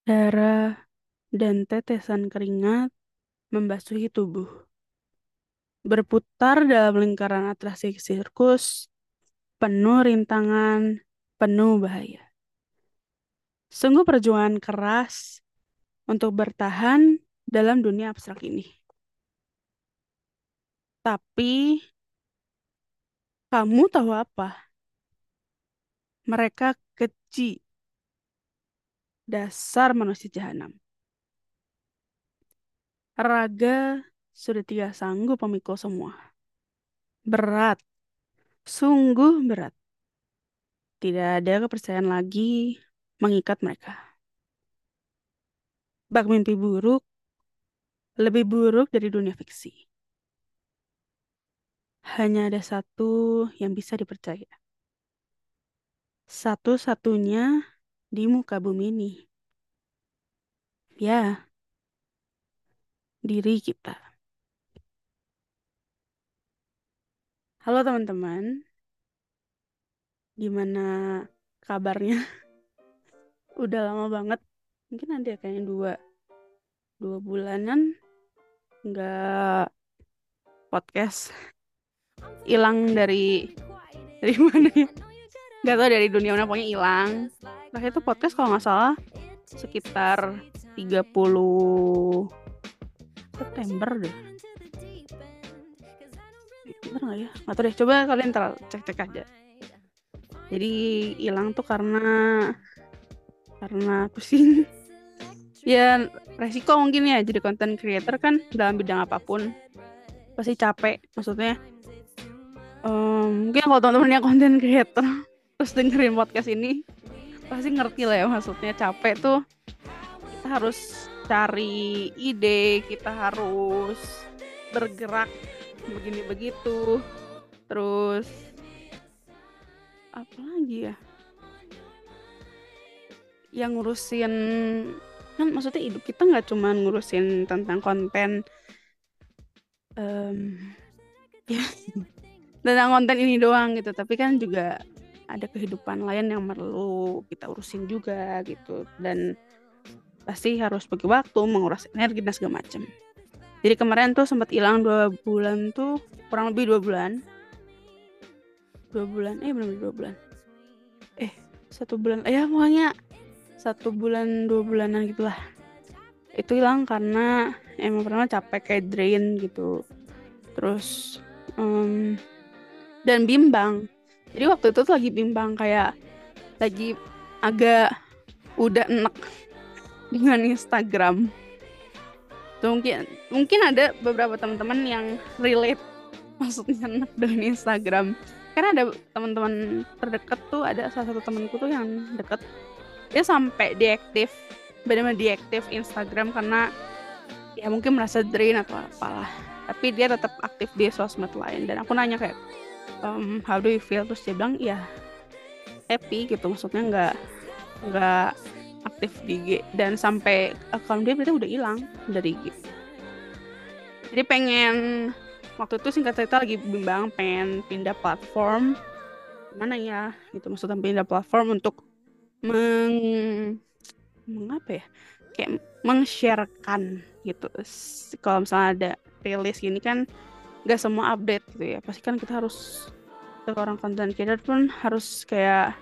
Darah dan tetesan keringat membasuhi tubuh, berputar dalam lingkaran atraksi sirkus, penuh rintangan, penuh bahaya. Sungguh perjuangan keras untuk bertahan dalam dunia abstrak ini. Tapi, kamu tahu apa? Mereka keji, dasar manusia jahanam. Raga sudah tidak sanggup memikul semua. Berat, sungguh berat. Tidak ada kepercayaan lagi mengikat mereka. Bak mimpi buruk, lebih buruk dari dunia fiksi. Hanya ada satu yang bisa dipercaya. Satu-satunya di muka bumi ini. Ya, diri kita. Halo teman-teman, gimana kabarnya? Udah lama banget. Mungkin ada kayaknya dua bulanan nggak podcast. Hilang dari mana ya? Nggak tahu dari dunia mana, pokoknya hilang. Terakhir itu podcast kalau nggak salah sekitar 30 September deh. Bener nggak ya? Nggak tahu deh. Coba kalian cek-cek aja. Jadi hilang tuh karena pusing. Ya resiko mungkin ya, jadi content creator kan dalam bidang apapun pasti capek. Maksudnya mungkin kalau teman-teman yang content creator terus dengerin podcast ini pasti ngerti lah ya, maksudnya capek tuh. Kita harus cari ide, kita harus bergerak begini begitu. Terus apa lagi ya? Yang ngurusin, kan maksudnya hidup kita nggak cuma ngurusin tentang konten ya, tentang konten ini doang gitu, tapi kan juga ada kehidupan lain yang perlu kita urusin juga gitu, dan pasti harus bagi waktu, menguras energi dan segala macam. Jadi kemarin tuh sempat hilang 2 bulan tuh, kurang lebih 2 bulan. 2 bulan, benar 2 bulan. 1 bulan, ya pokoknya 1 bulan 2 bulanan gitulah. Itu hilang karena emang pertama capek, kayak drain gitu. Terus dan bimbang. Jadi waktu itu tuh lagi bimbang, kayak lagi agak udah enek dengan Instagram. Tuh mungkin ada beberapa teman-teman yang relate, maksudnya enek dengan Instagram. Karena ada teman-teman terdekat tuh, ada salah satu temanku tuh yang deket, dia sampai benar-benar diaktif Instagram karena ya mungkin merasa drain atau apalah. Tapi dia tetap aktif di sosmed lain, dan aku nanya kayak, how do you feel? Terus dia bilang ya happy gitu, maksudnya nggak aktif di IG, dan sampai akun dia berarti udah hilang dari IG. Jadi pengen, waktu itu singkat cerita lagi bimbang pengen pindah platform mana ya gitu, maksudnya pindah platform untuk mengapa ya, kayak meng-sharekan gitu. Kalau misalnya ada rilis gini kan nggak semua update gitu ya, pasti kan kita harus, orang content creator pun harus kayak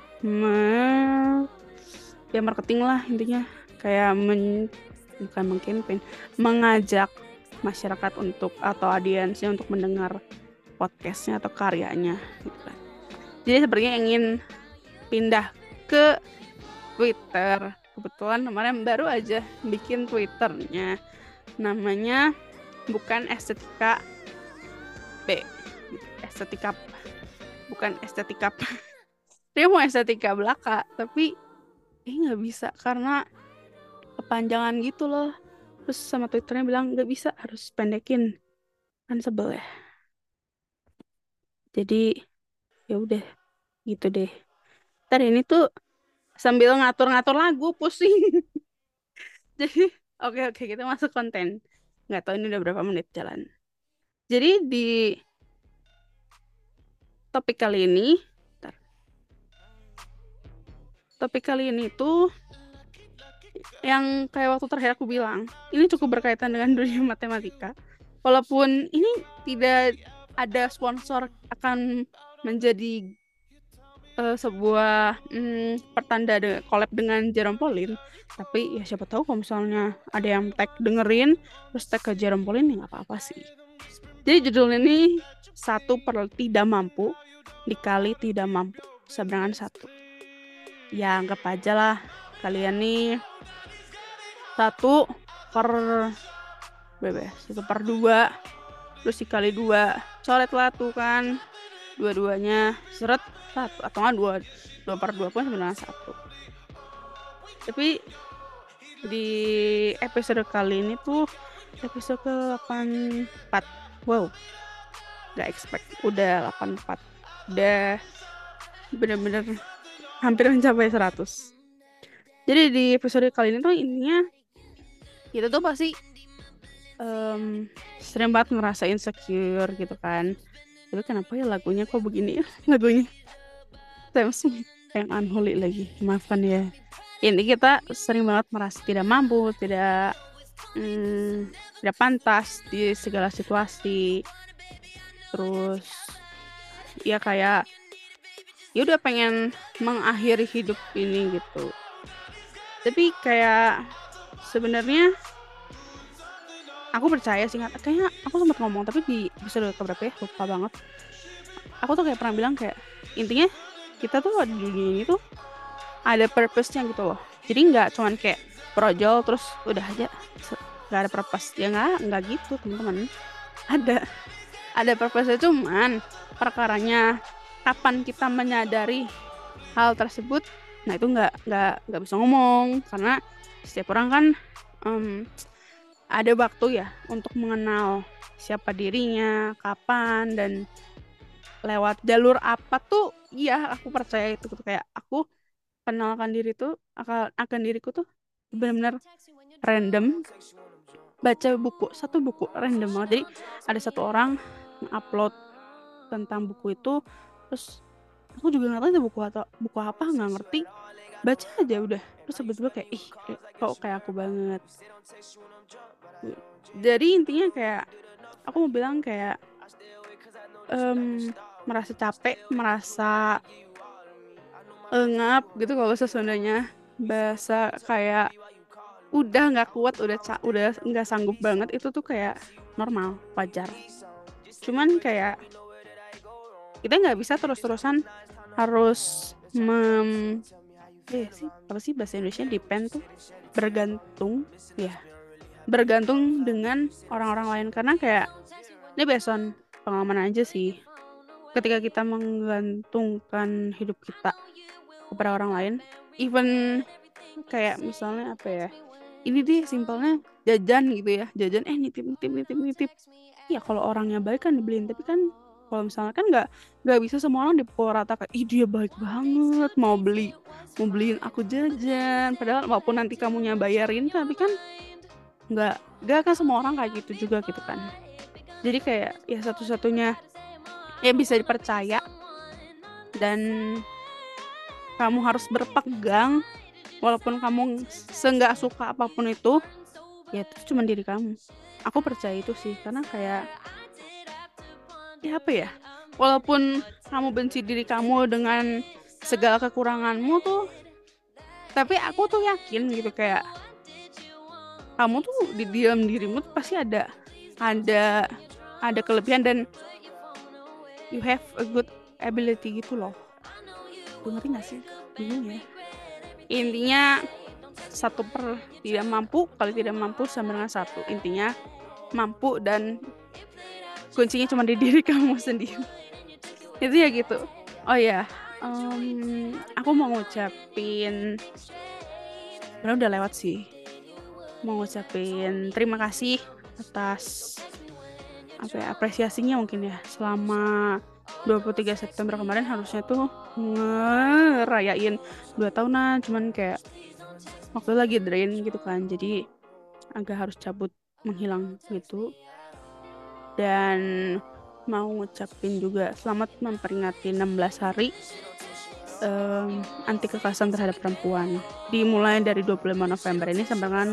ya marketing lah intinya, kayak bukan mengkampanye, mengajak masyarakat untuk, atau audiensnya untuk mendengar podcastnya atau karyanya gitu kan. Jadi sebenarnya ingin pindah ke Twitter. Kebetulan kemarin baru aja bikin Twitternya, namanya bukan estetika B, estetika, bukan estetika dia mau estetika belaka, tapi nggak bisa karena kepanjangan gitu loh. Terus sama Twitternya bilang nggak bisa, harus pendekin, kan sebel ya. Jadi ya udah gitu deh. Ntar ini tuh sambil ngatur-ngatur lagu pusing. Jadi oke kita masuk konten. Nggak tahu ini udah berapa menit jalan. Jadi di topik kali ini, ntar. Topik kali ini tuh yang kayak waktu terakhir aku bilang, ini cukup berkaitan dengan dunia matematika. Walaupun ini tidak ada sponsor akan menjadi sebuah pertanda collab dengan Jerome Pauline, tapi ya siapa tahu kalau misalnya ada yang tag dengerin terus tag ke Jerome Pauline ya nggak apa-apa sih. Jadi judulnya ini 1/tidak mampu dikali tidak mampu seberangan 1. Ya anggap aja lah kalian nih 1 per berapa ya? 1/2 terus dikali 2 coret lah tuh kan dua-duanya seret 1 atau nggak 2/2 pun sebenarnya 1. Tapi di episode kali ini tuh episode ke-84. Wow, gak expect udah 84, udah bener-bener hampir mencapai 100. Jadi di episode kali ini tuh intinya kita tuh pasti sering banget ngerasa insecure gitu kan. Tapi kenapa ya lagunya kok begini ya? Lagunya Sam Smith yang Unholy lagi. Maafkan ya. Ini kita sering banget merasa tidak mampu, tidak pantas di segala situasi. Terus ya kayak ya udah pengen mengakhiri hidup ini gitu. Tapi kayak sebenarnya aku percaya sih, kayaknya aku sempat ngomong tapi di episode keberapa ya lupa banget. Aku tuh kayak pernah bilang kayak intinya kita tuh di dunia ini tuh ada purpose-nya gitu loh. Jadi nggak cuman kayak brojol terus udah aja nggak ada purpose. Ya nggak gitu teman-teman. Ada purpose-nya, cuman perkaranya kapan kita menyadari hal tersebut, nah itu nggak bisa ngomong karena setiap orang kan ada waktu ya untuk mengenal siapa dirinya, kapan, dan lewat jalur apa tuh. Iya, aku percaya itu tuh kayak aku kenalkan diri tuh akan diriku tuh benar-benar random. Baca satu buku random banget. Jadi ada satu orang upload tentang buku itu, terus aku juga nggak tahu itu buku apa, nggak ngerti, baca aja udah, terus tiba-tiba kayak kok kayak aku banget. Jadi intinya kayak aku mau bilang kayak merasa capek, merasa ngap gitu kalau sesudahnya bahasa kayak udah nggak kuat, udah nggak sanggup banget, itu tuh kayak normal, wajar. Cuman kayak kita nggak bisa terus-terusan harus apa sih bahasa Indonesia, depend tuh, bergantung dengan orang-orang lain. Karena kayak ini based on pengalaman aja sih, ketika kita menggantungkan hidup kita kepada orang lain, even kayak misalnya apa ya, ini deh simpelnya jajan gitu ya, jajan nitip ya, kalau orangnya baik kan dibeliin. Tapi kan kalau misalnya kan nggak bisa semua orang dipukul rata kayak dia baik banget mau beliin aku jajan, padahal walaupun nanti kamunya bayarin tapi kan nggak kan semua orang kayak gitu juga gitu kan. Jadi kayak ya satu-satunya ya bisa dipercaya dan kamu harus berpegang walaupun kamu seenggak suka apapun itu, ya itu cuma diri kamu. Aku percaya itu sih, karena kayak ya apa ya, walaupun kamu benci diri kamu dengan segala kekuranganmu tuh, tapi aku tuh yakin gitu kayak kamu tuh di dalam dirimu tuh pasti ada kelebihan dan you have a good ability gitu loh. Ngerti gak sih? Bingung ya. Intinya 1/tidak mampu kali tidak mampu sama dengan 1. Intinya mampu dan kuncinya cuma di diri kamu sendiri. Itu ya gitu. Oh ya, aku mau ngucapin, sebenarnya udah lewat sih, mau ngucapin terima kasih atas apresiasinya mungkin ya selama 23 September kemarin. Harusnya tuh ngerayain 2 tahunan, cuman kayak waktu lagi drain gitu kan, jadi agak harus cabut menghilang gitu. Dan mau ngucapin juga selamat memperingati 16 hari anti kekerasan terhadap perempuan. Dimulai dari 25 November ini sampai dengan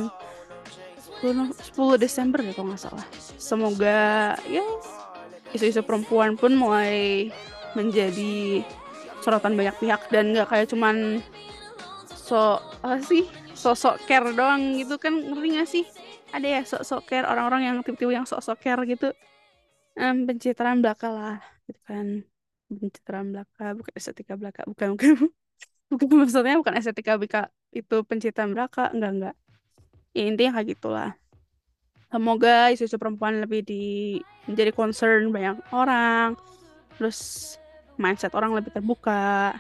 10 Desember ya kalau nggak salah. Semoga ya isu-isu perempuan pun mulai menjadi sorotan banyak pihak dan nggak kayak cuman apa sih sosok care doang gitu kan, ngerti nggak sih? Ada ya sok-sok care, orang-orang yang tipe-tipe yang sok-sok care gitu. Pencitraan belaka lah gitu kan, pencitraan belaka bukan estetika belaka, bukan bukan maksudnya bukan estetika belaka itu pencitraan belaka, enggak ya, intinya kayak gitulah. Semoga isu-isu perempuan lebih menjadi concern banyak orang, terus mindset orang lebih terbuka,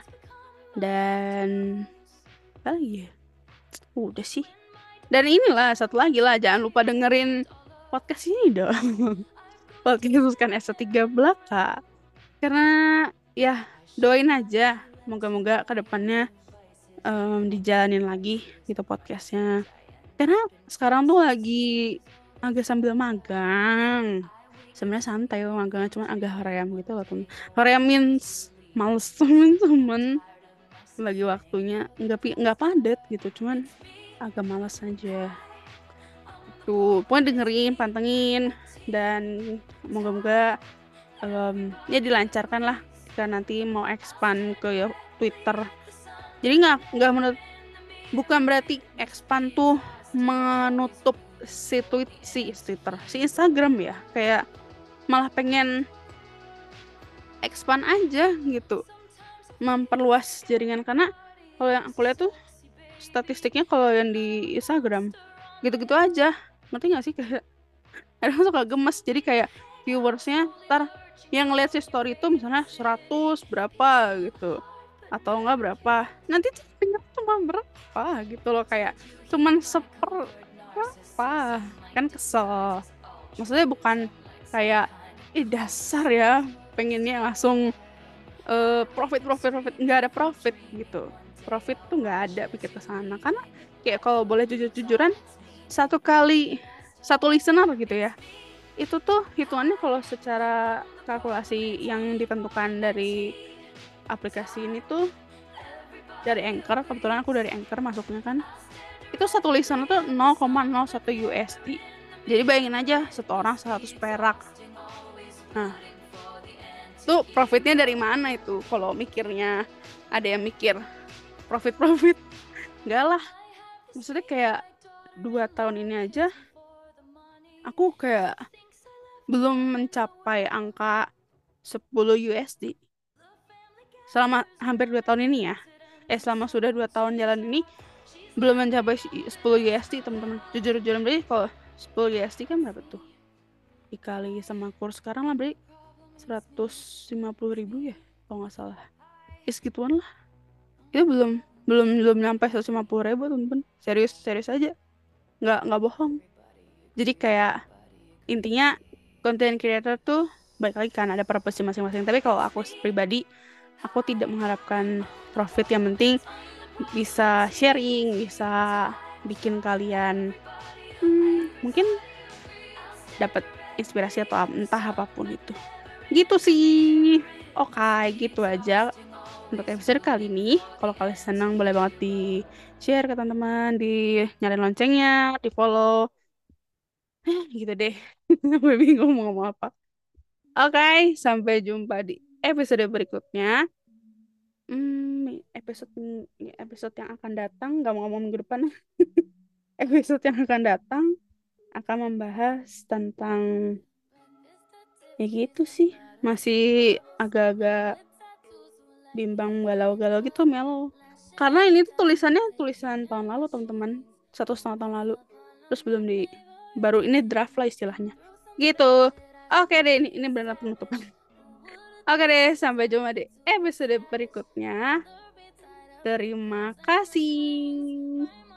dan apa lagi ya, udah sih. Dan inilah satu lagi lah, jangan lupa dengerin podcast ini dong. Podcast bukan S3 belaka. Karena ya doain aja, moga-moga kedepannya dijalanin lagi gitu podcastnya. Karena sekarang tuh lagi agak sambil magang. Sebenarnya santai loh magangnya, cuma agak hoream gitu loh temen. Hoream means males temen-temen. Lagi waktunya nggak padat gitu, cuman agak malas aja. Tuh, pokoknya dengerin, pantengin, dan moga-moga ya dilancarkan lah jika nanti mau expand ke ya, Twitter. Jadi nggak menurut, bukan berarti expand tuh menutup si Twitter, si Instagram ya, kayak malah pengen expand aja gitu, memperluas jaringan. Karena kalau yang aku lihat tuh statistiknya kalau yang di Instagram gitu-gitu aja, ngerti nggak sih? Kayak kadang suka gemes, jadi kayak viewersnya ntar yang ngeliat si story itu misalnya 100 berapa gitu, atau enggak berapa, nanti tuh tinggal cuma berapa gitu loh, kayak cuman berapa, kan kesel. Maksudnya bukan kayak dasar ya pengennya langsung profit, nggak ada profit gitu. Profit tuh nggak ada pikir ke sana. Karena kayak kalau boleh jujur-jujuran, satu listener gitu ya, itu tuh hitungannya kalau secara kalkulasi yang ditentukan dari aplikasi ini tuh, dari Anchor, kebetulan aku dari Anchor masuknya kan, itu satu listener tuh 0,01 USD. Jadi bayangin aja, satu orang 100 perak. Nah, tuh profitnya dari mana itu? Kalau mikirnya, ada yang mikir profit, enggak lah. Maksudnya kayak 2 tahun ini aja aku kayak belum mencapai angka 10 USD. Selama hampir 2 tahun ini ya, selama sudah 2 tahun jalan ini belum mencapai 10 USD teman-teman. Jujur-jujuran berarti kalau 10 USD kan berapa tuh? Dikali sama kurs sekarang lah berarti 150.000 ya kalau nggak salah. Segituan lah. Itu belum nyampe 150.000 teman-teman. Serius aja. Nggak bohong. Jadi kayak intinya content creator tuh balik lagi kan ada purpose masing-masing. Tapi kalau aku pribadi, aku tidak mengharapkan profit. Yang penting bisa sharing, bisa bikin kalian mungkin dapat inspirasi atau entah apapun itu. Gitu sih. Oke, gitu aja untuk episode kali ini. Kalau kalian senang boleh banget di share ke teman-teman, di nyalain loncengnya, di follow. Gitu deh. Gue bingung mau ngomong apa. Oke, sampai jumpa di episode berikutnya. Episode episode yang akan datang, gak mau ngomong minggu depan. Episode yang akan datang akan membahas tentang ya gitu sih. Masih agak-agak bimbang, galau-galau gitu Mel. Karena ini tuh tulisannya tulisan tahun lalu teman-teman, 1,5 tahun lalu. Terus baru ini draft lah istilahnya. Gitu. Oke deh, ini benar penutupan. Oke deh, sampai jumpa di episode berikutnya. Terima kasih.